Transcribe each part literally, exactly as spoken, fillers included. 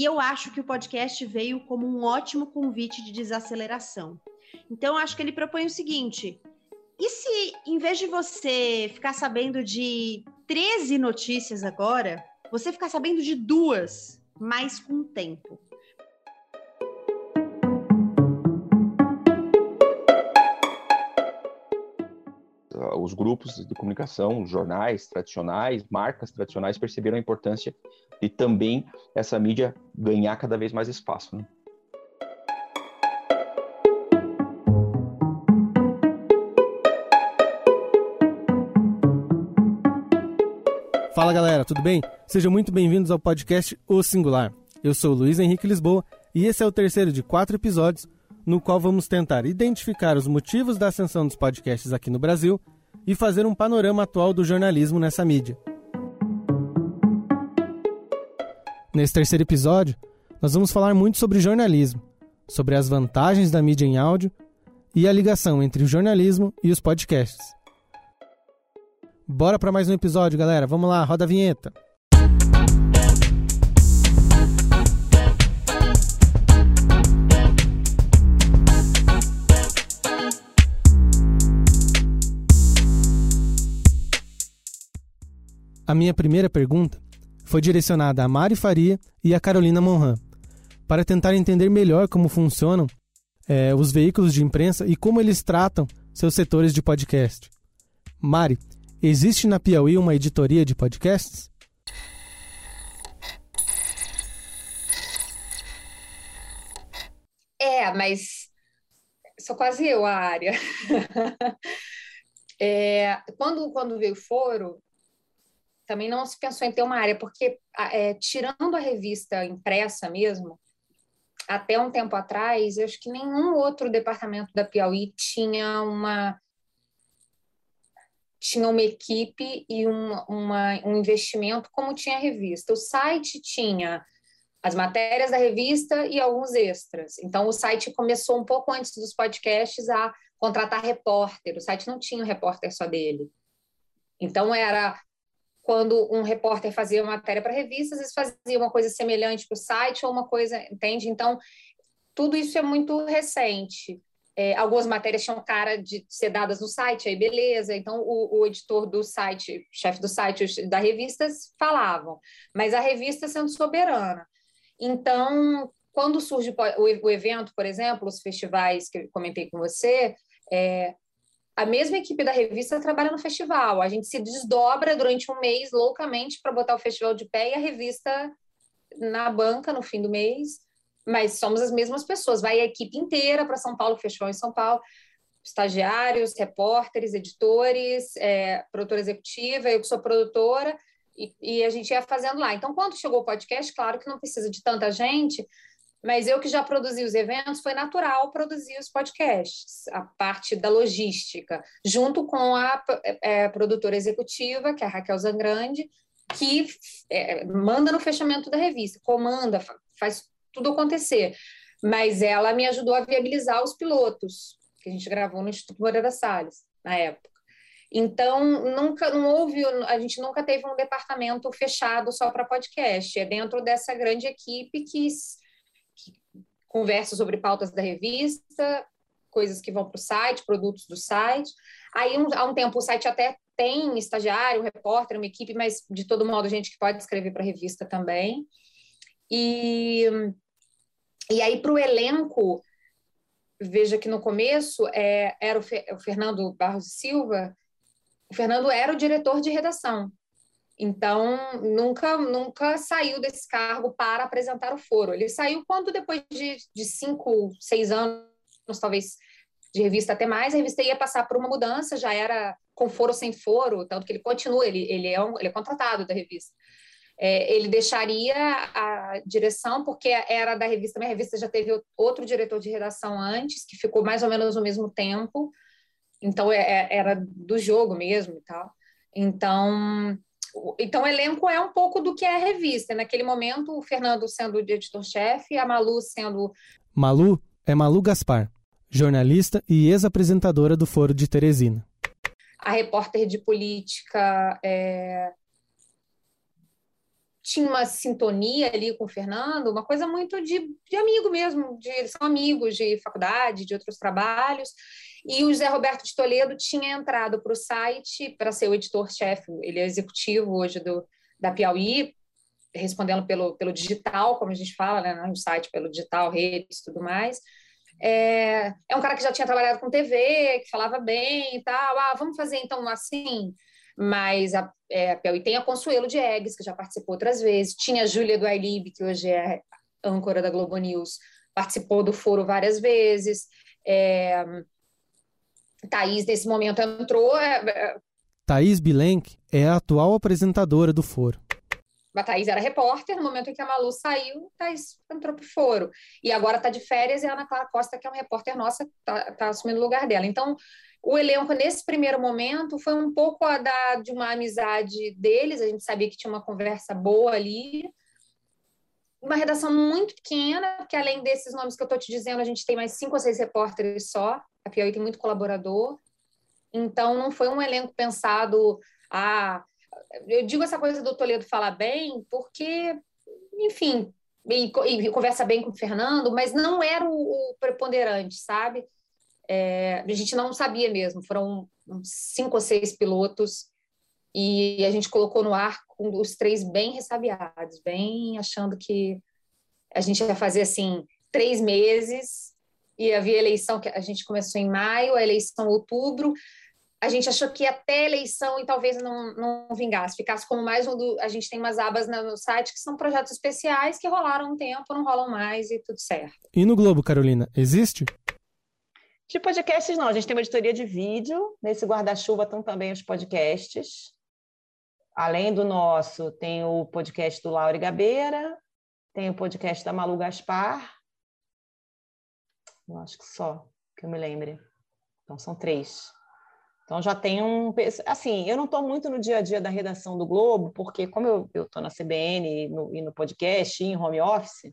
e eu acho que o podcast veio como um ótimo convite de desaceleração. Então, eu acho que ele propõe o seguinte: e se, em vez de você ficar sabendo de treze notícias agora, você ficar sabendo de duas, mas com tempo? Os grupos de comunicação, jornais tradicionais, marcas tradicionais perceberam a importância de também essa mídia ganhar cada vez mais espaço, né? Fala galera, tudo bem? Sejam muito bem-vindos ao podcast O Singular. Eu sou o Luiz Henrique Lisboa e esse é o terceiro de quatro episódios no qual vamos tentar identificar os motivos da ascensão dos podcasts aqui no Brasil e fazer um panorama atual do jornalismo nessa mídia. Nesse terceiro episódio, nós vamos falar muito sobre jornalismo, sobre as vantagens da mídia em áudio e a ligação entre o jornalismo e os podcasts. Bora para mais um episódio, galera. Vamos lá, roda a vinheta. A minha primeira pergunta foi direcionada a Mari Faria e a Carolina Monran, para tentar entender melhor como funcionam é, os veículos de imprensa e como eles tratam seus setores de podcast. Mari, existe na Piauí uma editoria de podcasts? É, mas sou quase eu a área. é, quando, quando veio o Foro, também não se pensou em ter uma área, porque é, tirando a revista impressa mesmo, até um tempo atrás, eu acho que nenhum outro departamento da Piauí tinha uma, tinha uma equipe e um, uma, um investimento como tinha a revista. O site tinha as matérias da revista e alguns extras. Então, o site começou um pouco antes dos podcasts a contratar repórter. O site não tinha um repórter só dele. Então, era... Quando um repórter fazia uma matéria para revista, às vezes fazia uma coisa semelhante para o site ou uma coisa, entende? Então, tudo isso é muito recente. É, algumas matérias tinham cara de ser dadas no site, aí beleza. Então, o, o editor do site, chefe do site da revista, falavam. Mas a revista sendo soberana. Então, quando surge o, o evento, por exemplo, os festivais que eu comentei com você, é, a mesma equipe da revista trabalha no festival. A gente se desdobra durante um mês loucamente para botar o festival de pé e a revista na banca no fim do mês, mas somos as mesmas pessoas. Vai a equipe inteira para São Paulo, o festival em São Paulo, estagiários, repórteres, editores, é, produtora executiva, eu que sou produtora, e, e a gente ia fazendo lá. Então, quando chegou o podcast, claro que não precisa de tanta gente, mas eu que já produzi os eventos, foi natural produzir os podcasts, a parte da logística, junto com a é, produtora executiva, que é a Raquel Zangrande, que é, manda no fechamento da revista, comanda, faz tudo acontecer. Mas ela me ajudou a viabilizar os pilotos, que a gente gravou no Instituto Moreira Salles, na época. Então, nunca, não houve, a gente nunca teve um departamento fechado só para podcast, é dentro dessa grande equipe que... que conversa sobre pautas da revista, coisas que vão para o site, produtos do site. Aí, um, há um tempo, o site até tem estagiário, um repórter, uma equipe, mas, de todo modo, gente que pode escrever para a revista também. E, e aí, para o elenco, veja que no começo é, era o, Fe, o Fernando Barros Silva, o Fernando era o diretor de redação. Então, nunca, nunca saiu desse cargo para apresentar o Foro. Ele saiu quando, depois de, de cinco, seis anos, talvez, de revista até mais, a revista ia passar por uma mudança, já era com foro ou sem foro, tanto que ele continua, ele, ele, é, um, ele é contratado da revista. É, ele deixaria a direção, porque era da revista, minha revista já teve outro diretor de redação antes, que ficou mais ou menos no mesmo tempo, então é, era do jogo mesmo e tal. Então... Então, o elenco é um pouco do que é a revista. Naquele momento, o Fernando sendo o editor-chefe, a Malu sendo... Malu é Malu Gaspar, jornalista e ex-apresentadora do Foro de Teresina. A repórter de política é tinha uma sintonia ali com o Fernando, uma coisa muito de, de amigo mesmo, de, eles são amigos de faculdade, de outros trabalhos, e o José Roberto de Toledo tinha entrado para o site para ser o editor-chefe, ele é executivo hoje do, da Piauí, respondendo pelo, pelo digital, como a gente fala, né, no site, pelo digital, redes e tudo mais. É, é um cara que já tinha trabalhado com T V, que falava bem e tal, ah, vamos fazer então assim... Mas a, é, a Piauí tem a Consuelo Diegues, que já participou outras vezes, tinha a Júlia do Ailib, que hoje é âncora da Globo News, participou do Foro várias vezes, é, Thaís, nesse momento, entrou... É, Thaís Bilenque é a atual apresentadora do Foro. A Thaís era repórter, no momento em que a Malu saiu, a Thaís entrou para o Foro. E agora está de férias e a Ana Clara Costa, que é uma repórter nossa, está tá assumindo o lugar dela. Então, o elenco, nesse primeiro momento, foi um pouco a da, de uma amizade deles, a gente sabia que tinha uma conversa boa ali, uma redação muito pequena, porque além desses nomes que eu estou te dizendo, a gente tem mais cinco ou seis repórteres só, a Piauí tem muito colaborador, então não foi um elenco pensado... Ah, eu digo essa coisa do Toledo falar bem, porque, enfim, e, e conversa bem com o Fernando, mas não era o, o preponderante, sabe? É, a gente não sabia mesmo, foram uns cinco ou seis pilotos e a gente colocou no ar com os três bem ressabiados, bem achando que a gente ia fazer assim três meses e havia eleição, que a gente começou em maio, a eleição em outubro, a gente achou que ia até a eleição e talvez não, não vingasse, ficasse como mais um do... A gente tem umas abas no site que são projetos especiais que rolaram um tempo, não rolam mais e tudo certo. E no Globo, Carolina, existe? De podcasts, não. A gente tem uma editoria de vídeo. Nesse guarda-chuva estão também os podcasts. Além do nosso, tem o podcast do Laura Gabeira, tem o podcast da Malu Gaspar. Eu acho que só, que eu me lembre. Então, são três. Então, já tem um... Assim, eu não estou muito no dia a dia da redação do Globo, porque como eu estou na C B N e no, e no podcast, e em home office...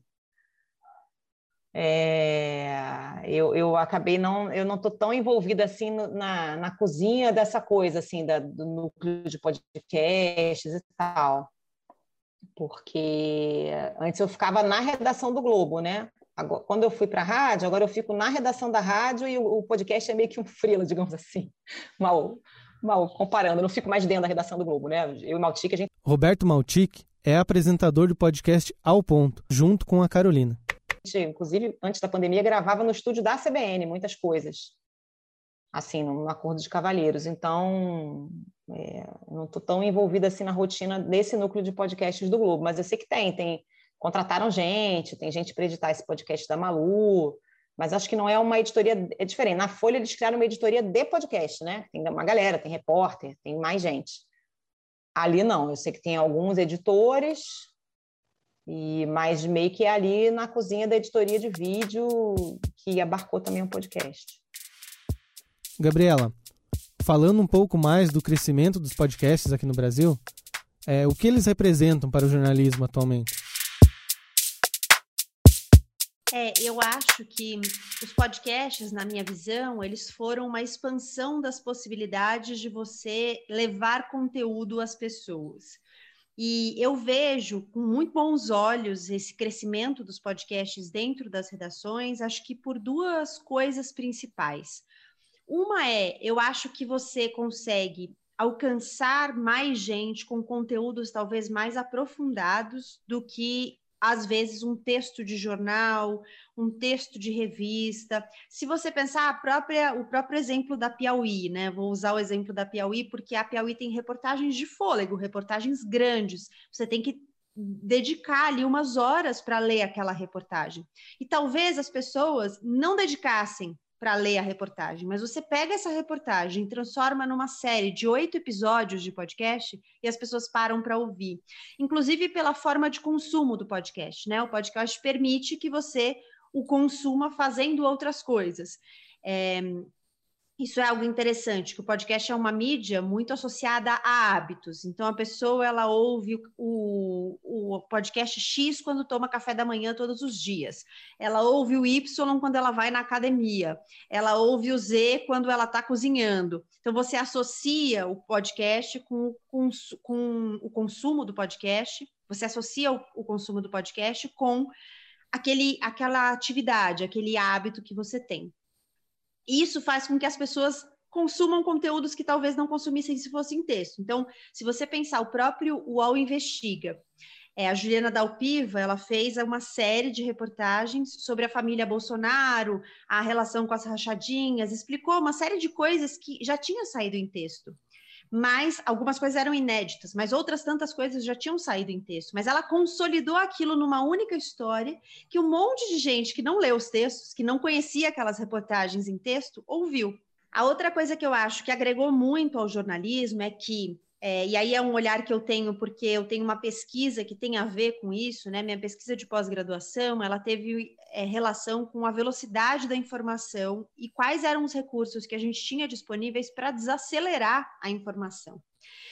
É, eu, eu acabei não, eu não estou tão envolvida assim no, na, na cozinha dessa coisa assim da, do núcleo de podcasts e tal, porque antes eu ficava na redação do Globo, né? Agora, quando eu fui para a rádio, agora eu fico na redação da rádio e o, o podcast é meio que um freela, digamos assim, mal, mal comparando, eu não fico mais dentro da redação do Globo, né? Eu e o Maltic, a gente... Roberto Maltic é apresentador do podcast Ao Ponto, junto com a Carolina. Inclusive, antes da pandemia, gravava no estúdio da C B N muitas coisas, assim, num acordo de cavalheiros. Então, é, não estou tão envolvida assim na rotina desse núcleo de podcasts do Globo, mas eu sei que tem, tem contrataram gente, tem gente para editar esse podcast da Malu, mas acho que não é uma editoria, é diferente. Na Folha, eles criaram uma editoria de podcast, né? Tem uma galera, tem repórter, tem mais gente. Ali não, eu sei que tem alguns editores... E, mas meio que é ali na cozinha da editoria de vídeo que abarcou também um podcast. Gabriela, falando um pouco mais do crescimento dos podcasts aqui no Brasil, é, o que eles representam para o jornalismo atualmente? É, eu acho que os podcasts, na minha visão, eles foram uma expansão das possibilidades de você levar conteúdo às pessoas. E eu vejo com muito bons olhos esse crescimento dos podcasts dentro das redações, acho que por duas coisas principais. Uma é, eu acho que você consegue alcançar mais gente com conteúdos talvez mais aprofundados do que, às vezes, um texto de jornal, um texto de revista. Se você pensar a própria, o próprio exemplo da Piauí, né? Vou usar o exemplo da Piauí porque a Piauí tem reportagens de fôlego, reportagens grandes. Você tem que dedicar ali umas horas para ler aquela reportagem. E talvez as pessoas não dedicassem para ler a reportagem, mas você pega essa reportagem, transforma numa série de oito episódios de podcast e as pessoas param para ouvir. Inclusive pela forma de consumo do podcast, né? O podcast permite que você o consuma fazendo outras coisas. É... Isso é algo interessante, que o podcast é uma mídia muito associada a hábitos. Então, a pessoa, ela ouve o, o podcast X quando toma café da manhã todos os dias. Ela ouve o Y quando ela vai na academia. Ela ouve o Z quando ela está cozinhando. Então, você associa o podcast com, com, com o consumo do podcast, você associa o, o consumo do podcast com aquele, aquela atividade, aquele hábito que você tem. Isso faz com que as pessoas consumam conteúdos que talvez não consumissem se fosse em texto. Então, se você pensar o próprio U O L Investiga, é, a Juliana Dalpiva, ela fez uma série de reportagens sobre a família Bolsonaro, a relação com as rachadinhas, explicou uma série de coisas que já tinham saído em texto. Mas algumas coisas eram inéditas, mas outras tantas coisas já tinham saído em texto. Mas ela consolidou aquilo numa única história que um monte de gente que não leu os textos, que não conhecia aquelas reportagens em texto, ouviu. A outra coisa que eu acho que agregou muito ao jornalismo é que, é, e aí é um olhar que eu tenho porque eu tenho uma pesquisa que tem a ver com isso, né? Minha pesquisa de pós-graduação, ela teve é, relação com a velocidade da informação e quais eram os recursos que a gente tinha disponíveis para desacelerar a informação.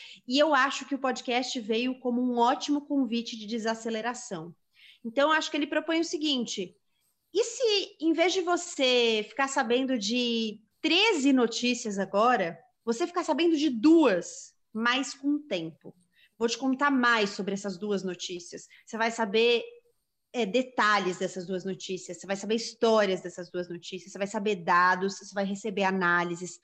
E eu acho que o podcast veio como um ótimo convite de desaceleração. Então, eu acho que ele propõe o seguinte: e se, em vez de você ficar sabendo de treze notícias agora, você ficar sabendo de duas, mas com tempo? Vou te contar mais sobre essas duas notícias. Você vai saber é, detalhes dessas duas notícias, você vai saber histórias dessas duas notícias, você vai saber dados, você vai receber análises.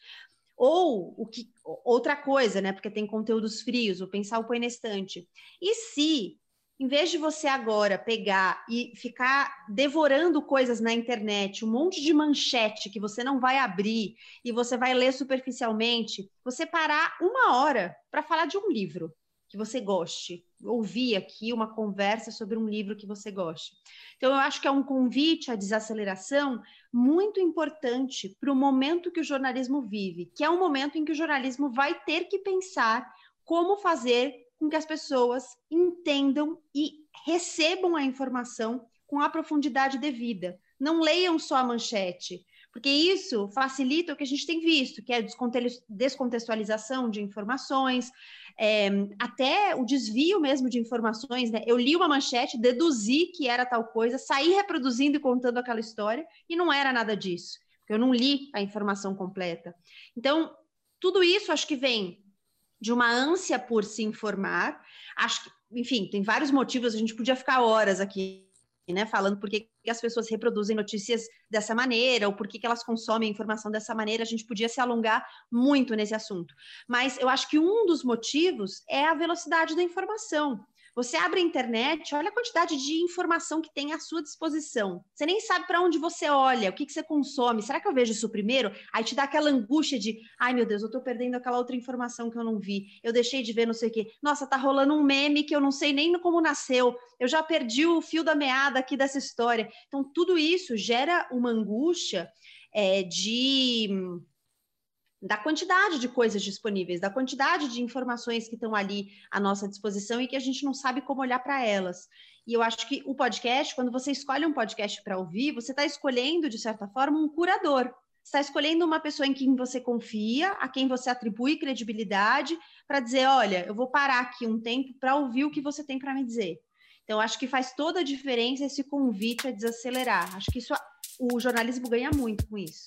Ou o que, outra coisa, né? Porque tem conteúdos frios, o pensar o põe na estante. E se, em vez de você agora pegar e ficar devorando coisas na internet, um monte de manchete que você não vai abrir e você vai ler superficialmente, você parar uma hora para falar de um livro que você goste, ouvir aqui uma conversa sobre um livro que você goste. Então, eu acho que é um convite à desaceleração muito importante para o momento que o jornalismo vive, que é um momento em que o jornalismo vai ter que pensar como fazer com que as pessoas entendam e recebam a informação com a profundidade devida. Não leiam só a manchete, porque isso facilita o que a gente tem visto, que é a descontextualização de informações, é, até o desvio mesmo de informações, né? Eu li uma manchete, deduzi que era tal coisa, saí reproduzindo e contando aquela história, e não era nada disso, porque eu não li a informação completa. Então, tudo isso acho que vem de uma ânsia por se informar. Acho que, enfim, tem vários motivos, a gente podia ficar horas aqui, né, falando por que as pessoas reproduzem notícias dessa maneira, ou por que elas consomem informação dessa maneira. A gente podia se alongar muito nesse assunto. Mas eu acho que um dos motivos é a velocidade da informação. Você abre a internet, olha a quantidade de informação que tem à sua disposição. Você nem sabe para onde você olha, o que, que você consome. Será que eu vejo isso primeiro? Aí te dá aquela angústia de, ai meu Deus, eu estou perdendo aquela outra informação que eu não vi. Eu deixei de ver não sei o quê. Nossa, tá rolando um meme que eu não sei nem como nasceu. Eu já perdi o fio da meada aqui dessa história. Então, tudo isso gera uma angústia é, de... da quantidade de coisas disponíveis, da quantidade de informações que estão ali à nossa disposição e que a gente não sabe como olhar para elas. E eu acho que o podcast, quando você escolhe um podcast para ouvir, você está escolhendo, de certa forma, um curador. Você está escolhendo uma pessoa em quem você confia, a quem você atribui credibilidade, para dizer, olha, eu vou parar aqui um tempo para ouvir o que você tem para me dizer. Então, acho que faz toda a diferença esse convite a desacelerar. Acho que isso, o jornalismo ganha muito com isso.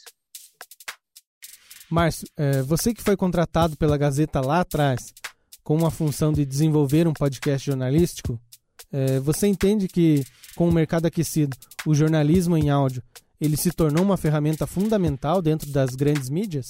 Márcio, você que foi contratado pela Gazeta lá atrás com uma função de desenvolver um podcast jornalístico, você entende que, com o mercado aquecido, o jornalismo em áudio ele se tornou uma ferramenta fundamental dentro das grandes mídias?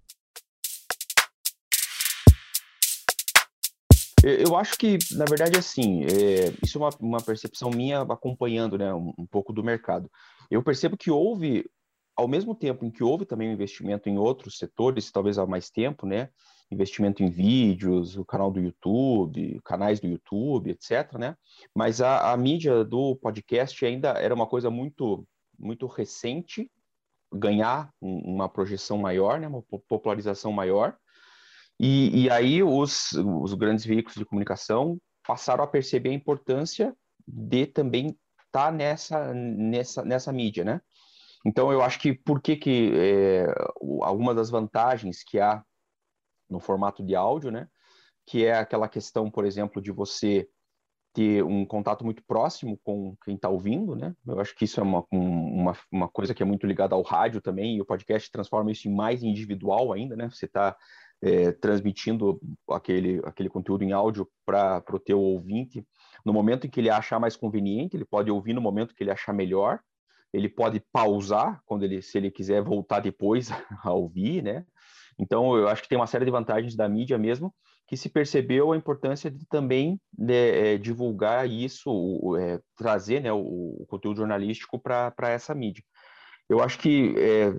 Eu acho que, na verdade, assim, é, isso é uma, uma percepção minha acompanhando, né, um, um pouco do mercado. Eu percebo que houve, ao mesmo tempo em que houve também um investimento em outros setores, talvez há mais tempo, né, investimento em vídeos, o canal do YouTube, canais do YouTube, etcétera, né, mas a, a mídia do podcast ainda era uma coisa muito, muito recente, ganhar um, uma projeção maior, né, uma popularização maior. E, e aí os, os grandes veículos de comunicação passaram a perceber a importância de também estar nessa, nessa, nessa mídia, né? Então, eu acho que por que que é, alguma das vantagens que há no formato de áudio, né, que é aquela questão, por exemplo, de você ter um contato muito próximo com quem está ouvindo, né? Eu acho que isso é uma, uma, uma coisa que é muito ligada ao rádio também, e o podcast transforma isso em mais individual ainda, né? Você está é, transmitindo aquele, aquele conteúdo em áudio para o teu ouvinte no momento em que ele achar mais conveniente, ele pode ouvir no momento que ele achar melhor, ele pode pausar quando ele, se ele quiser voltar depois a ouvir, né? Então, eu acho que tem uma série de vantagens da mídia mesmo, que se percebeu a importância de também né, é, divulgar isso, o, é, trazer né, o, o conteúdo jornalístico para essa mídia. Eu acho que, é,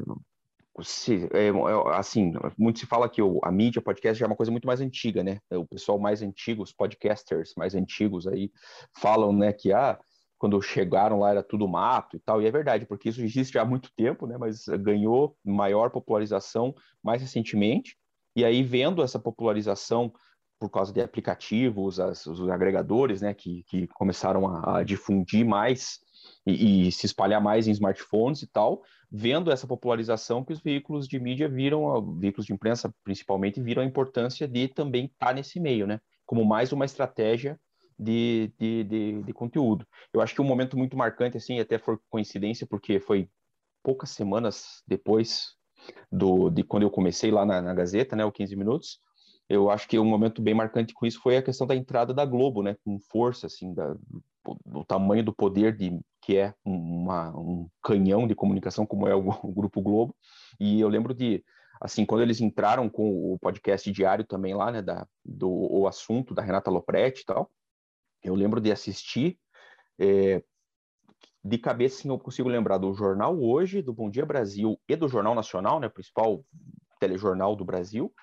se, é, assim, muito se fala que o, a mídia, podcast, já é uma coisa muito mais antiga, né? O pessoal mais antigo, os podcasters mais antigos aí, falam né, que, ah, quando chegaram lá era tudo mato e tal, e é verdade, porque isso existe há muito tempo, né? Mas ganhou maior popularização mais recentemente, e aí, vendo essa popularização por causa de aplicativos, as, os agregadores, né, que, que começaram a, a difundir mais e, e se espalhar mais em smartphones e tal, vendo essa popularização que os veículos de mídia viram, veículos de imprensa principalmente, viram a importância de também estar nesse meio, né, como mais uma estratégia de, de, de, de conteúdo. Eu acho que um momento muito marcante, assim, até foi coincidência, porque foi poucas semanas depois do, de quando eu comecei lá na, na Gazeta, né, o quinze Minutos, eu acho que um momento bem marcante com isso foi a questão da entrada da Globo, né, com força, assim, da, do tamanho do poder de, que é uma, um canhão de comunicação como é o, o Grupo Globo, e eu lembro de, assim, quando eles entraram com o podcast diário também lá, né, da, do O Assunto, da Renata Lopretti e tal, eu lembro de assistir, é, de cabeça, sim, eu consigo lembrar do Jornal Hoje, do Bom Dia Brasil e do Jornal Nacional, né, principal telejornal do Brasil,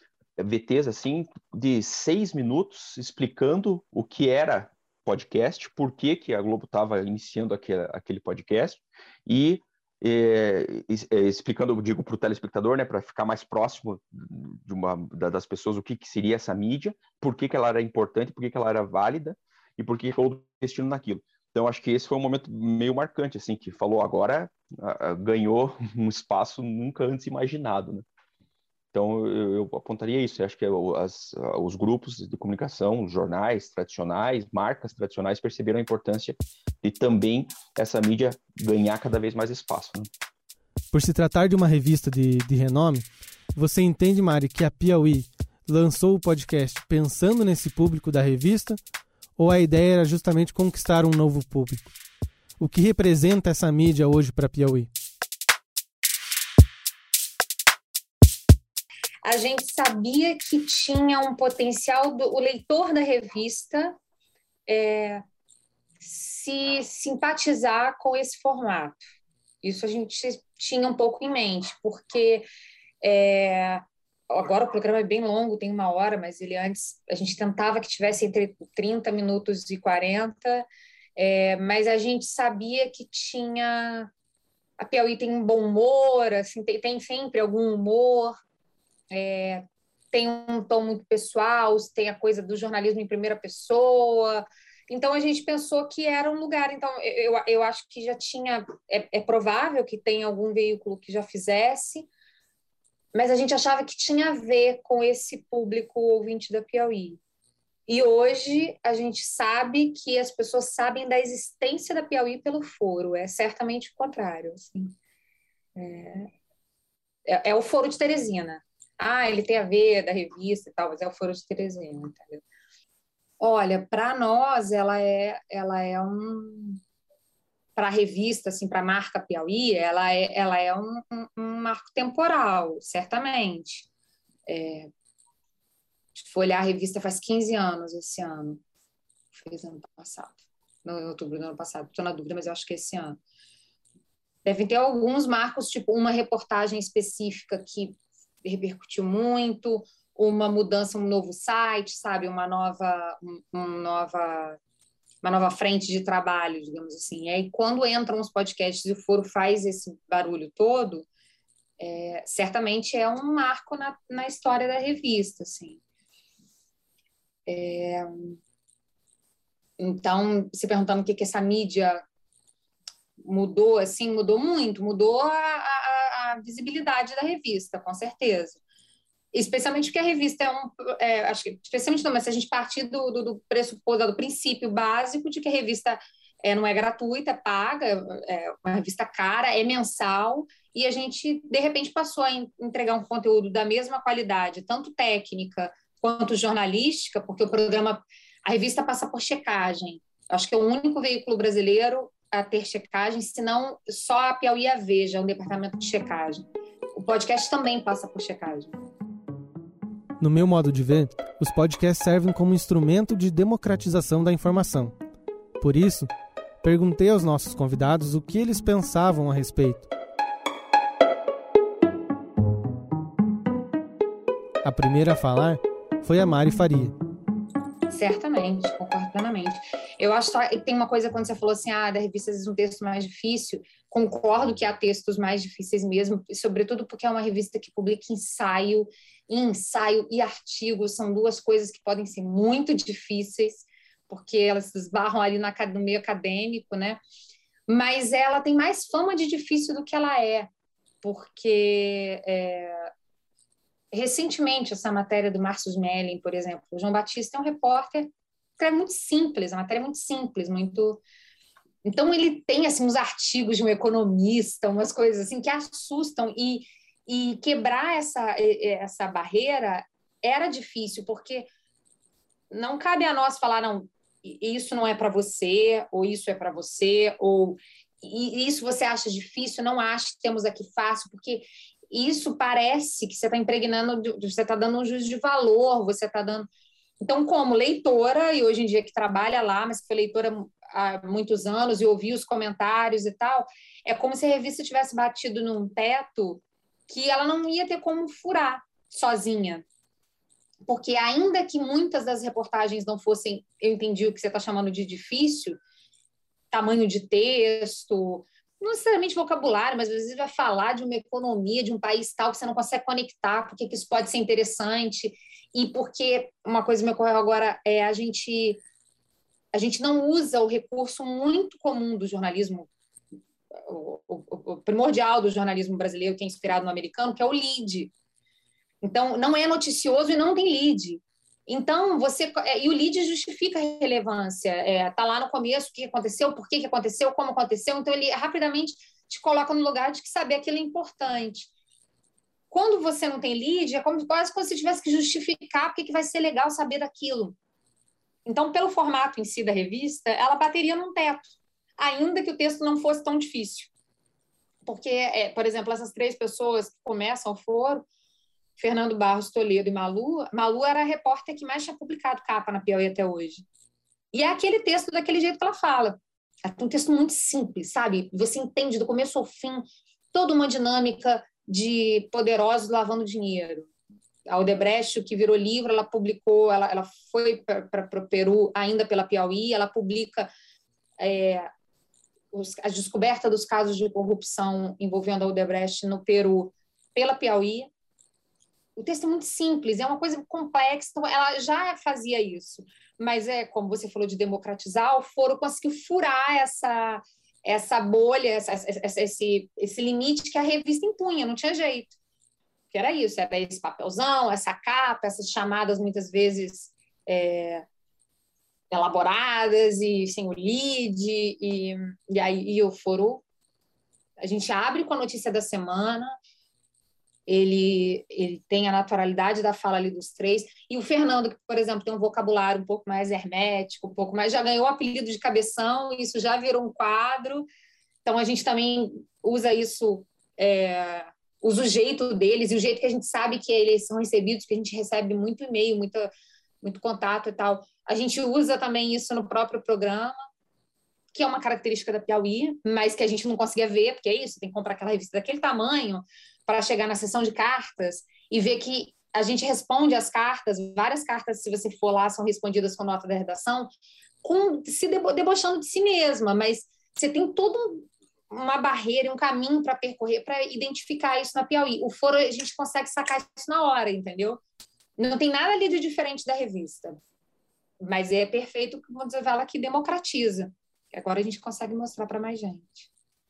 V Ts assim de seis minutos explicando o que era podcast, por que, que a Globo estava iniciando aquele, aquele podcast e é, é, explicando, eu digo para o telespectador, né, para ficar mais próximo de uma, das pessoas o que, que seria essa mídia, por que, que ela era importante, por que, que ela era válida e por que, que eu estou investindo naquilo. Então, acho que esse foi um momento meio marcante, assim, que falou agora, a, a, ganhou um espaço nunca antes imaginado, né? Então, eu, eu apontaria isso. Eu acho que as, os grupos de comunicação, os jornais tradicionais, marcas tradicionais, perceberam a importância de também essa mídia ganhar cada vez mais espaço, né? Por se tratar de uma revista de, de renome, você entende, Mari, que a Piauí lançou o podcast pensando nesse público da revista? Ou a ideia era justamente conquistar um novo público? O que representa essa mídia hoje para a Piauí? A gente sabia que tinha um potencial, do, o leitor da revista é, se simpatizar com esse formato. Isso a gente tinha um pouco em mente, porque é, agora o programa é bem longo, tem uma hora, mas ele antes, a gente tentava que tivesse entre trinta minutos e quarenta, é, mas a gente sabia que tinha... A Piauí tem um bom humor, assim, tem, tem sempre algum humor, É, tem um tom muito pessoal, tem a coisa do jornalismo em primeira pessoa. Então, a gente pensou que era um lugar. Então, eu, eu acho que já tinha... É, é provável que tenha algum veículo que já fizesse, mas a gente achava que tinha a ver com esse público ouvinte da Piauí. E hoje a gente sabe que as pessoas sabem da existência da Piauí pelo foro. É certamente o contrário. Assim. É, é, é o Foro de Teresina. Ah, ele tem a ver da revista e tal, mas é o Foro de Teresina, entendeu? Olha, para nós, ela é, ela é um... Para a revista, assim, para a marca Piauí, ela é, ela é um, um, um marco temporal, certamente. É, se for olhar a revista, faz quinze anos esse ano. Fez ano passado. No, em outubro do ano passado. Estou na dúvida, mas eu acho que esse ano. Devem ter alguns marcos, tipo uma reportagem específica que repercutiu muito, uma mudança, um novo site, sabe, uma nova, um, um nova, uma nova frente de trabalho, digamos assim. E aí, quando entram os podcasts e o foro faz esse barulho todo, é, certamente é um marco na, na história da revista, assim. É, então, se perguntando o que, que essa mídia mudou, assim, mudou muito, mudou a, a, a visibilidade da revista, com certeza. Especialmente porque a revista é um... É, acho que, especialmente não, mas se a gente partir do, do, do pressuposto, do princípio básico de que a revista é, não é gratuita, é paga, é uma revista cara, é mensal, e a gente, de repente, passou a entregar um conteúdo da mesma qualidade, tanto técnica quanto jornalística, porque o programa, a revista passa por checagem. Acho que é o único veículo brasileiro a ter checagem, se não só a Piauí e a Veja, é um departamento de checagem. O podcast também passa por checagem. No meu modo de ver, os podcasts servem como instrumento de democratização da informação. Por isso, perguntei aos nossos convidados o que eles pensavam a respeito. A primeira a falar foi a Mari Faria. Certamente, concordo plenamente. Eu acho que tem uma coisa quando você falou assim, ah, da revista às vezes um texto mais difícil, concordo que há textos mais difíceis mesmo, sobretudo porque é uma revista que publica ensaio, e ensaio e artigo são duas coisas que podem ser muito difíceis, porque elas se esbarram ali no meio acadêmico, né? Mas ela tem mais fama de difícil do que ela é, porque... É... Recentemente, essa matéria do Márcio Smelling, por exemplo, o João Batista é um repórter, escreve muito simples, a matéria é muito simples, muito... Então, ele tem, assim, uns artigos de um economista, umas coisas assim que assustam, e, e quebrar essa, essa barreira era difícil, porque não cabe a nós falar, não, isso não é para você, ou isso é para você, ou isso você acha difícil, não acho que temos aqui fácil, porque... Isso parece que você está impregnando, você está dando um juízo de valor, você está dando... Então, como leitora, e hoje em dia que trabalha lá, mas que foi leitora há muitos anos e ouvi os comentários e tal, é como se a revista tivesse batido num teto que ela não ia ter como furar sozinha. Porque ainda que muitas das reportagens não fossem, eu entendi o que você está chamando de difícil, tamanho de texto... não necessariamente vocabulário, mas às vezes vai falar de uma economia, de um país tal que você não consegue conectar, porque que isso pode ser interessante, e porque uma coisa que me ocorreu agora é a gente, a gente não usa o recurso muito comum do jornalismo, o, o, o primordial do jornalismo brasileiro, que é inspirado no americano, que é o lead. Então, não é noticioso e não tem lead. Então, você... E o lead justifica a relevância. É, tá lá no começo o que aconteceu, por que aconteceu, como aconteceu. Então, ele rapidamente te coloca no lugar de que saber aquilo é importante. Quando você não tem lead, é como, quase como se você tivesse que justificar porque que vai ser legal saber daquilo. Então, pelo formato em si da revista, ela bateria num teto, ainda que o texto não fosse tão difícil. Porque, é, por exemplo, essas três pessoas que começam o foro, Fernando Barros, Toledo e Malu, Malu era a repórter que mais tinha publicado capa na Piauí até hoje. E é aquele texto daquele jeito que ela fala. É um texto muito simples, sabe? Você entende do começo ao fim toda uma dinâmica de poderosos lavando dinheiro. A Odebrecht, que virou livro, ela publicou, ela, ela foi para o Peru ainda pela Piauí, ela publica é, os, a descoberta dos casos de corrupção envolvendo a Odebrecht no Peru pela Piauí. O texto é muito simples, é uma coisa complexa, então ela já fazia isso. Mas, é como você falou de democratizar, o foro conseguiu furar essa, essa bolha, essa, essa, esse, esse limite que a revista impunha, não tinha jeito. Que era isso, era esse papelzão, essa capa, essas chamadas muitas vezes é, elaboradas e sem o lead, e, e aí e o foro, a gente abre com a notícia da semana. Ele, ele tem a naturalidade da fala ali dos três. E o Fernando, que, por exemplo, tem um vocabulário um pouco mais hermético, um pouco mais... Já ganhou o apelido de cabeção, isso já virou um quadro. Então, a gente também usa isso... É, usa o jeito deles e o jeito que a gente sabe que eles são recebidos, que a gente recebe muito e-mail, muito, muito contato e tal. A gente usa também isso no próprio programa, que é uma característica da Piauí, mas que a gente não conseguia ver, porque é isso, tem que comprar aquela revista daquele tamanho para chegar na sessão de cartas e ver que a gente responde as cartas, várias cartas, se você for lá, são respondidas com nota da redação, com, se debo, debochando de si mesma, mas você tem toda uma barreira, um caminho para percorrer, para identificar isso na Piauí. O foro, a gente consegue sacar isso na hora, entendeu? Não tem nada ali de diferente da revista, mas é perfeito, como você fala, que democratiza. Agora a gente consegue mostrar para mais gente.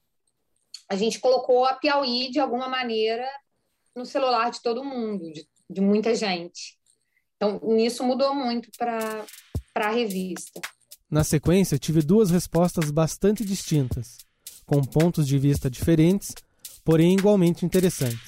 a gente colocou a Piauí, de alguma maneira, no celular de todo mundo, de, de muita gente. Então, nisso mudou muito para a revista. Na sequência, tive duas respostas bastante distintas, com pontos de vista diferentes, porém igualmente interessantes.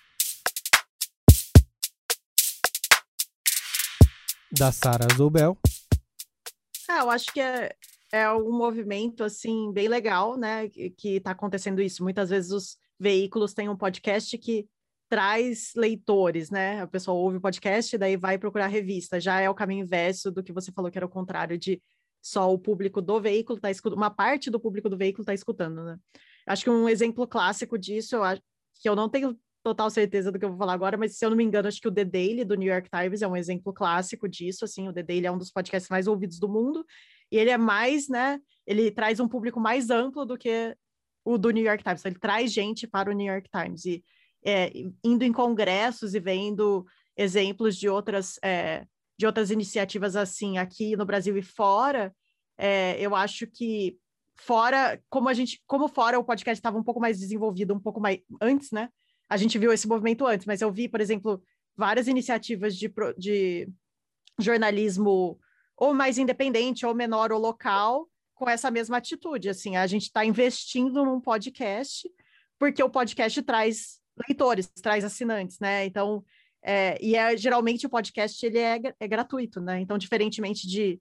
Da Sara Zoubel. Ah, eu acho que é, é um movimento, assim, bem legal, né, que está acontecendo isso. Muitas vezes os veículos têm um podcast que traz leitores, né? A pessoa ouve o podcast e daí vai procurar a revista. Já é o caminho inverso do que você falou, que era o contrário de só o público do veículo tá escutando, uma parte do público do veículo está escutando, né? Acho que um exemplo clássico disso, eu acho que eu não tenho total certeza do que eu vou falar agora, mas se eu não me engano, acho que o The Daily, do New York Times, é um exemplo clássico disso, assim, o The Daily é um dos podcasts mais ouvidos do mundo, e ele é mais, né, ele traz um público mais amplo do que o do New York Times, então, ele traz gente para o New York Times, e é, indo em congressos e vendo exemplos de outras, é, de outras iniciativas assim, aqui no Brasil e fora, é, eu acho que fora, como a gente, como fora o podcast estava um pouco mais desenvolvido, um pouco mais antes, né, a gente viu esse movimento antes, mas eu vi, por exemplo, várias iniciativas de, de jornalismo ou mais independente, ou menor, ou local, com essa mesma atitude. Assim, a gente está investindo num podcast, porque o podcast traz leitores, traz assinantes, né? Então, é, e é, geralmente o podcast ele é, é gratuito, né? Então, diferentemente de,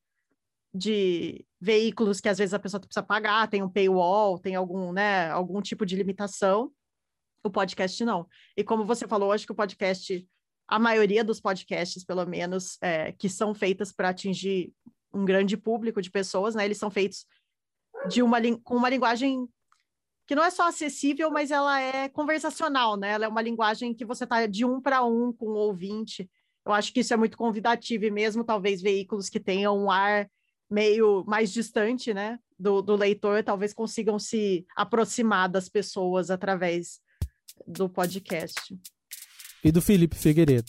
de veículos que às vezes a pessoa precisa pagar, tem um paywall, tem algum, né, algum tipo de limitação, o podcast não. E como você falou, acho que o podcast, a maioria dos podcasts, pelo menos, é, que são feitas para atingir um grande público de pessoas, né? Eles são feitos de uma, com uma linguagem que não é só acessível, mas ela é conversacional, né? Ela é uma linguagem que você está de um para um com o ouvinte. Eu acho que isso é muito convidativo, e mesmo talvez veículos que tenham um ar meio mais distante, né, do, do leitor, talvez consigam se aproximar das pessoas através do podcast. E do Felipe Figueiredo?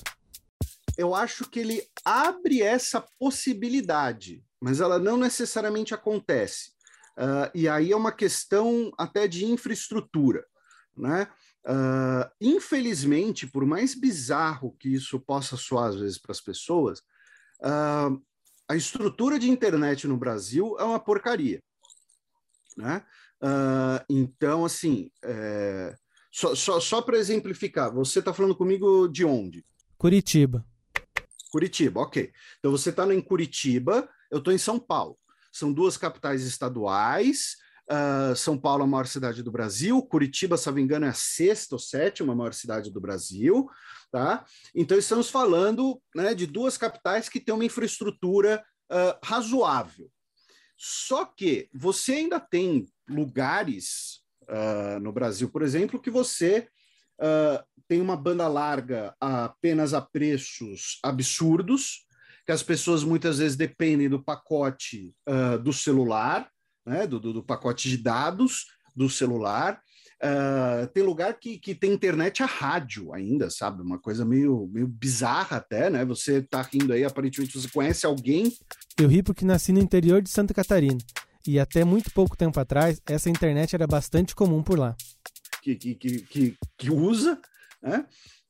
Eu acho que ele abre essa possibilidade, mas ela não necessariamente acontece. Uh, e aí é uma questão até de infraestrutura, né? Uh, infelizmente, por mais bizarro que isso possa soar às vezes para as pessoas, uh, a estrutura de internet no Brasil é uma porcaria, né? Uh, então, assim, é... só, só, só para exemplificar, você está falando comigo de onde? Curitiba. Curitiba, ok. Então você está em Curitiba, eu estou em São Paulo. São duas capitais estaduais. Uh, São Paulo é a maior cidade do Brasil. Curitiba, se não me engano, é a sexta ou sétima maior cidade do Brasil. Tá? Então estamos falando, né, de duas capitais que têm uma infraestrutura uh, razoável. Só que você ainda tem lugares uh, no Brasil, por exemplo, que você uh, tem uma banda larga apenas a preços absurdos, que as pessoas muitas vezes dependem do pacote uh, do celular, né, do, do, do pacote de dados do celular. Uh, tem lugar que, que tem internet a rádio ainda, sabe? Uma coisa meio, meio bizarra até, né? Você tá rindo aí, aparentemente você conhece alguém. Eu ri porque nasci no interior de Santa Catarina, e até muito pouco tempo atrás, essa internet era bastante comum por lá. Que, que, que, que, que usa, né?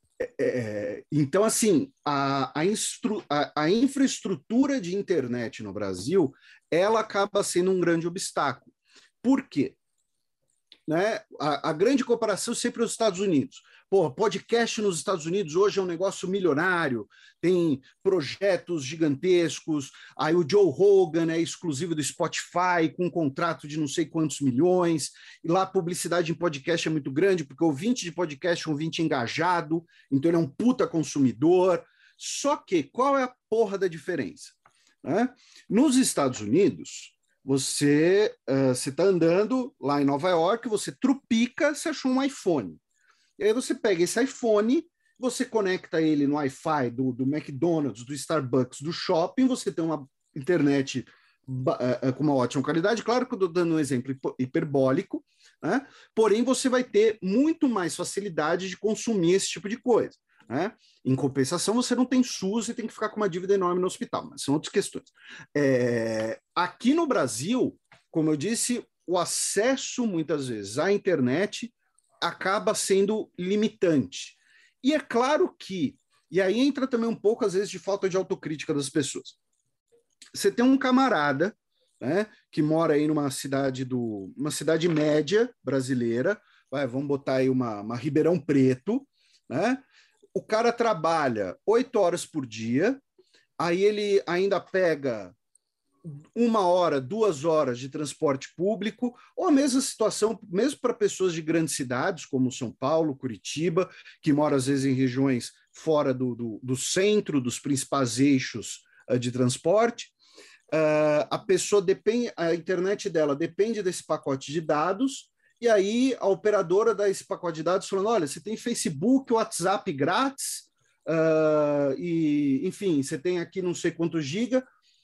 É, então, assim, a, a, instru, a, a infraestrutura de internet no Brasil, ela acaba sendo um grande obstáculo. Por quê? Né? A, a grande comparação sempre é os Estados Unidos. Pô, podcast nos Estados Unidos hoje é um negócio milionário, tem projetos gigantescos, aí o Joe Rogan é exclusivo do Spotify, com um contrato de não sei quantos milhões, e lá a publicidade em podcast é muito grande, porque o ouvinte de podcast é um ouvinte engajado, então ele é um puta consumidor. Só que, qual é a porra da diferença? Né? Nos Estados Unidos, você está uh, andando lá em Nova York, você trupica, você achou um iPhone. E aí você pega esse iPhone, você conecta ele no Wi-Fi do, do McDonald's, do Starbucks, do shopping, você tem uma internet uh, com uma ótima qualidade. Claro que eu estou dando um exemplo hiperbólico, né? Porém você vai ter muito mais facilidade de consumir esse tipo de coisa. Né? Em compensação, você não tem SUS e tem que ficar com uma dívida enorme no hospital, mas são outras questões. É, aqui no Brasil, como eu disse, o acesso muitas vezes à internet acaba sendo limitante. E é claro que, e aí entra também um pouco, às vezes, de falta de autocrítica das pessoas. Você tem um camarada, né, que mora aí numa cidade do, uma cidade média brasileira, vai, vamos botar aí uma, uma Ribeirão Preto, né? O cara trabalha oito horas por dia, aí ele ainda pega uma hora, duas horas de transporte público, ou a mesma situação, mesmo para pessoas de grandes cidades, como São Paulo, Curitiba, que moram às vezes em regiões fora do, do, do centro, dos principais eixos uh, de transporte, uh, a pessoa depende, a internet dela depende desse pacote de dados, e aí a operadora dá esse pacote de dados falando, olha, você tem Facebook, WhatsApp grátis, uh, e enfim, você tem aqui não sei quantos giga.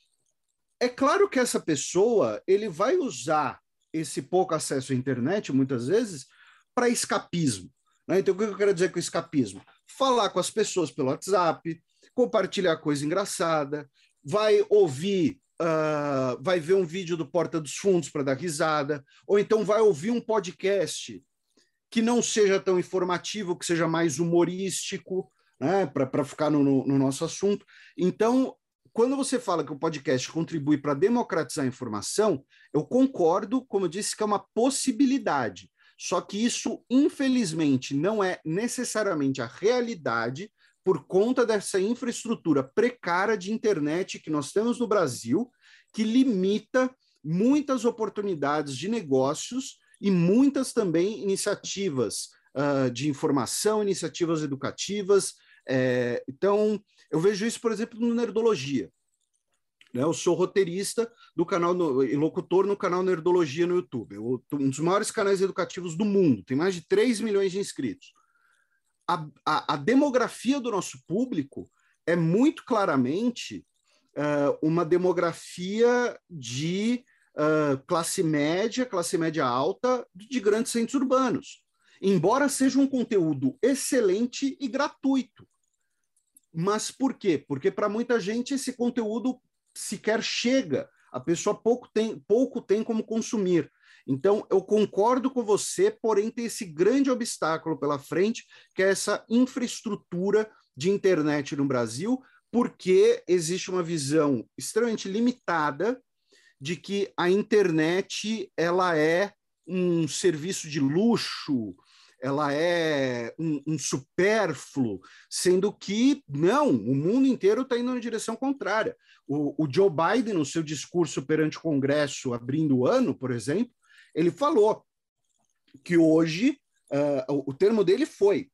É claro que essa pessoa, ele vai usar esse pouco acesso à internet, muitas vezes, para escapismo, né? Então, o que eu quero dizer com escapismo? Falar com as pessoas pelo WhatsApp, compartilhar coisa engraçada, vai ouvir, uh, vai ver um vídeo do Porta dos Fundos para dar risada, ou então vai ouvir um podcast que não seja tão informativo, que seja mais humorístico, né? Para ficar no, no, no nosso assunto. Então, quando você fala que o podcast contribui para democratizar a informação, eu concordo, como eu disse, que é uma possibilidade. Só que isso, infelizmente, não é necessariamente a realidade por conta dessa infraestrutura precária de internet que nós temos no Brasil, que limita muitas oportunidades de negócios e muitas também iniciativas uh, de informação, iniciativas educativas. É, então, eu vejo isso, por exemplo, no Nerdologia. Né? Eu sou roteirista do canal no, e locutor no canal Nerdologia no YouTube. Eu, um dos maiores canais educativos do mundo. Tem mais de três milhões de inscritos. A, a, a demografia do nosso público é muito claramente uh, uma demografia de uh, classe média, classe média alta, de grandes centros urbanos. Embora seja um conteúdo excelente e gratuito. Mas por quê? Porque para muita gente esse conteúdo sequer chega, a pessoa pouco tem, pouco tem como consumir. Então, eu concordo com você, porém tem esse grande obstáculo pela frente, que é essa infraestrutura de internet no Brasil, porque existe uma visão extremamente limitada de que a internet ela é um serviço de luxo, ela é um, um supérfluo, sendo que, não, o mundo inteiro está indo na direção contrária. O, o Joe Biden, no seu discurso perante o Congresso, abrindo o ano, por exemplo, ele falou que hoje, uh, o, o termo dele foi,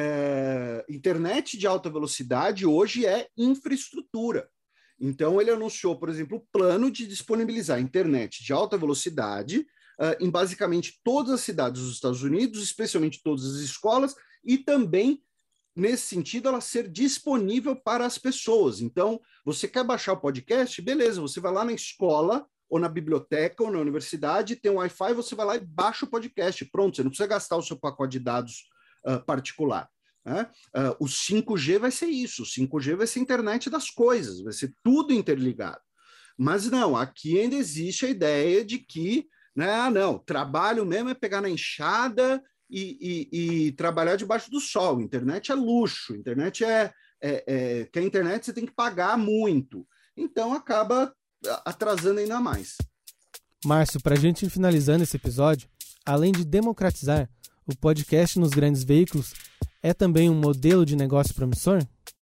uh, internet de alta velocidade hoje é infraestrutura. Então, ele anunciou, por exemplo, o plano de disponibilizar internet de alta velocidade Uh, em basicamente todas as cidades dos Estados Unidos, especialmente todas as escolas, e também, nesse sentido, ela ser disponível para as pessoas. Então, você quer baixar o podcast? Beleza, você vai lá na escola, ou na biblioteca, ou na universidade, tem um Wi-Fi, você vai lá e baixa o podcast. Pronto, você não precisa gastar o seu pacote de dados uh, particular. Né? Uh, o cinco G vai ser isso, o cinco G vai ser a internet das coisas, vai ser tudo interligado. Mas não, aqui ainda existe a ideia de que Né? Ah, não, trabalho mesmo é pegar na enxada e, e, e trabalhar debaixo do sol. Internet é luxo, internet é, é, é... que a internet você tem que pagar muito. Então acaba atrasando ainda mais. Márcio, para a gente ir finalizando esse episódio, além de democratizar, o podcast nos grandes veículos é também um modelo de negócio promissor?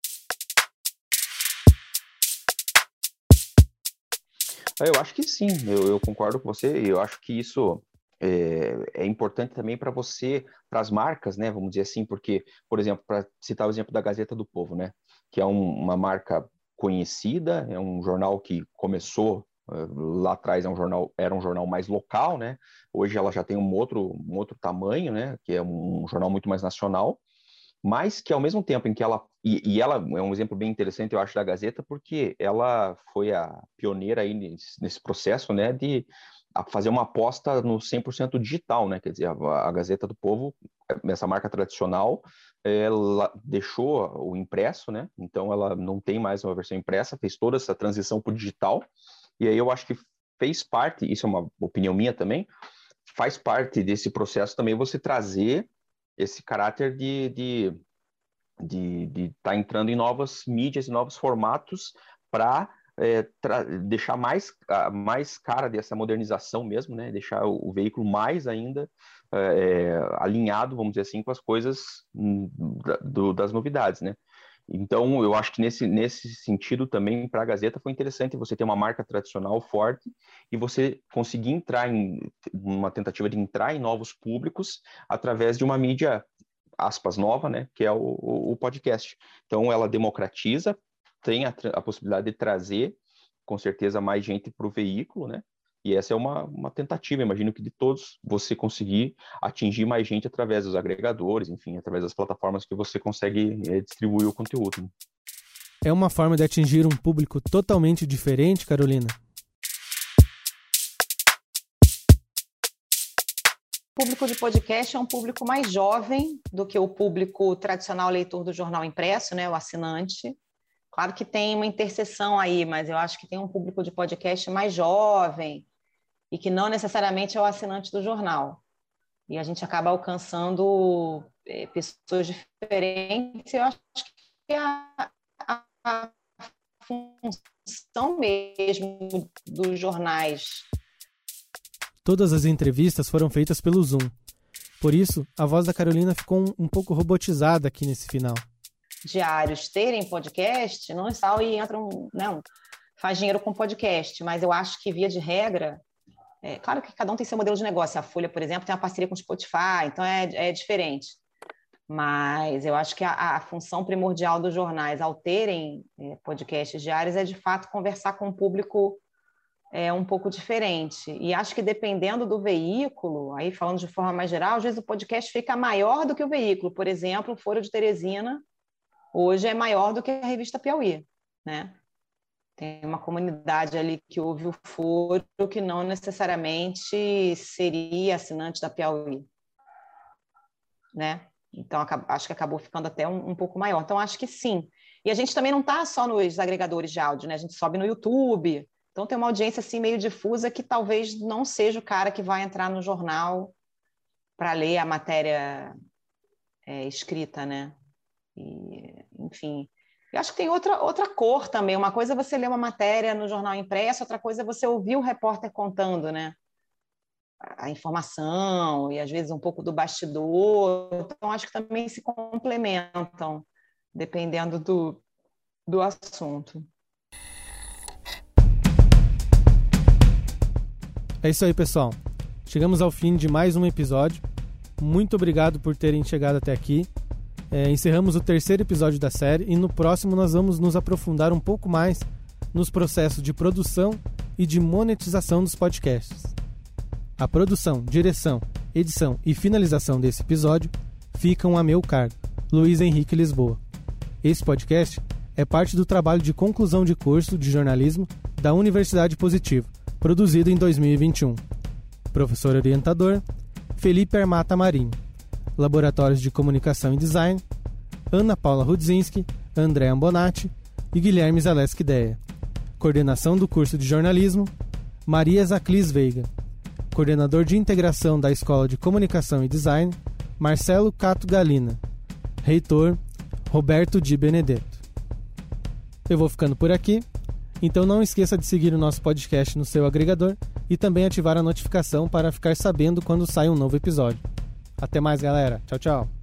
Eu acho que sim, eu, eu concordo com você, e eu acho que isso é, é importante também para você, para as marcas, né, vamos dizer assim, porque, por exemplo, para citar o exemplo da Gazeta do Povo, né, que é um, uma marca conhecida, é um jornal que começou uh, lá atrás, é um jornal, era um jornal mais local, né, hoje ela já tem um outro, um outro tamanho, né, que é um, um jornal muito mais nacional, mas que ao mesmo tempo em que ela, e, e ela é um exemplo bem interessante, eu acho, da Gazeta, porque ela foi a pioneira aí nesse, nesse processo, né, de fazer uma aposta no cem por cento digital, né, quer dizer, a, a Gazeta do Povo, essa marca tradicional, ela deixou o impresso, né, então ela não tem mais uma versão impressa, fez toda essa transição para o digital, e aí eu acho que fez parte, isso é uma opinião minha também, faz parte desse processo também você trazer esse caráter de de de de estar entrando em novas mídias, em novos formatos para é, deixar mais mais cara dessa modernização mesmo, né? Deixar o, o veículo mais ainda é, alinhado, vamos dizer assim, com as coisas da, do, das novidades, né? Então, eu acho que nesse, nesse sentido também, para a Gazeta, foi interessante você ter uma marca tradicional forte e você conseguir entrar em uma tentativa de entrar em novos públicos através de uma mídia, aspas, nova, né, que é o, o podcast. Então, ela democratiza, tem a, a possibilidade de trazer, com certeza, mais gente para o veículo, né? E essa é uma, uma tentativa, imagino que de todos, você conseguir atingir mais gente através dos agregadores, enfim, através das plataformas que você consegue é, distribuir o conteúdo. Né? É uma forma de atingir um público totalmente diferente, Carolina? O público de podcast é um público mais jovem do que o público tradicional leitor do jornal impresso, né, o assinante. Claro que tem uma interseção aí, mas eu acho que tem um público de podcast mais jovem, e que não necessariamente é o assinante do jornal. E a gente acaba alcançando é, pessoas diferentes. Eu acho que a, a, a função mesmo dos jornais. Todas as entrevistas foram feitas pelo Zoom. Por isso, a voz da Carolina ficou um, um pouco robotizada aqui nesse final. Diários terem podcast, não está e entram, não, faz dinheiro com podcast, mas eu acho que, via de regra, é claro que cada um tem seu modelo de negócio. A Folha, por exemplo, tem uma parceria com o Spotify, então é, é diferente. Mas eu acho que a, a função primordial dos jornais, ao terem é, podcasts diários, é de fato conversar com um público é, um pouco diferente. E acho que dependendo do veículo, aí falando de forma mais geral, às vezes o podcast fica maior do que o veículo. Por exemplo, o Foro de Teresina hoje é maior do que a revista Piauí, né? Tem uma comunidade ali que ouve o Foro que não necessariamente seria assinante da Piauí, né? Então, acho que acabou ficando até um, um pouco maior. Então, acho que sim. E a gente também não está só nos agregadores de áudio, né? A gente sobe no YouTube. Então, tem uma audiência assim meio difusa que talvez não seja o cara que vai entrar no jornal para ler a matéria é, escrita, né? E, enfim... Eu acho que tem outra, outra cor também. Uma coisa é você ler uma matéria no jornal impresso, outra coisa é você ouvir o repórter contando, né? A informação e, às vezes, um pouco do bastidor. Então, acho que também se complementam, dependendo do, do assunto. É isso aí, pessoal. Chegamos ao fim de mais um episódio. Muito obrigado por terem chegado até aqui. É, encerramos o terceiro episódio da série e no próximo nós vamos nos aprofundar um pouco mais nos processos de produção e de monetização dos podcasts. A produção, direção, edição e finalização desse episódio ficam a meu cargo, Luiz Henrique Lisboa. Esse podcast é parte do trabalho de conclusão de curso de jornalismo da Universidade Positivo, produzido em dois mil e vinte e um. Professor orientador, Felipe Armata Marinho. Laboratórios de Comunicação e Design, Ana Paula Rudzinski, André Ambonati e Guilherme Zaleski Deia. Coordenação do curso de jornalismo, Maria Zaclis Veiga. Coordenador de integração da Escola de Comunicação e Design, Marcelo Cato Galina. Reitor, Roberto Di Benedetto. Eu vou ficando por aqui, então não esqueça de seguir o nosso podcast no seu agregador e também ativar a notificação para ficar sabendo quando sai um novo episódio. Até mais, galera. Tchau, tchau.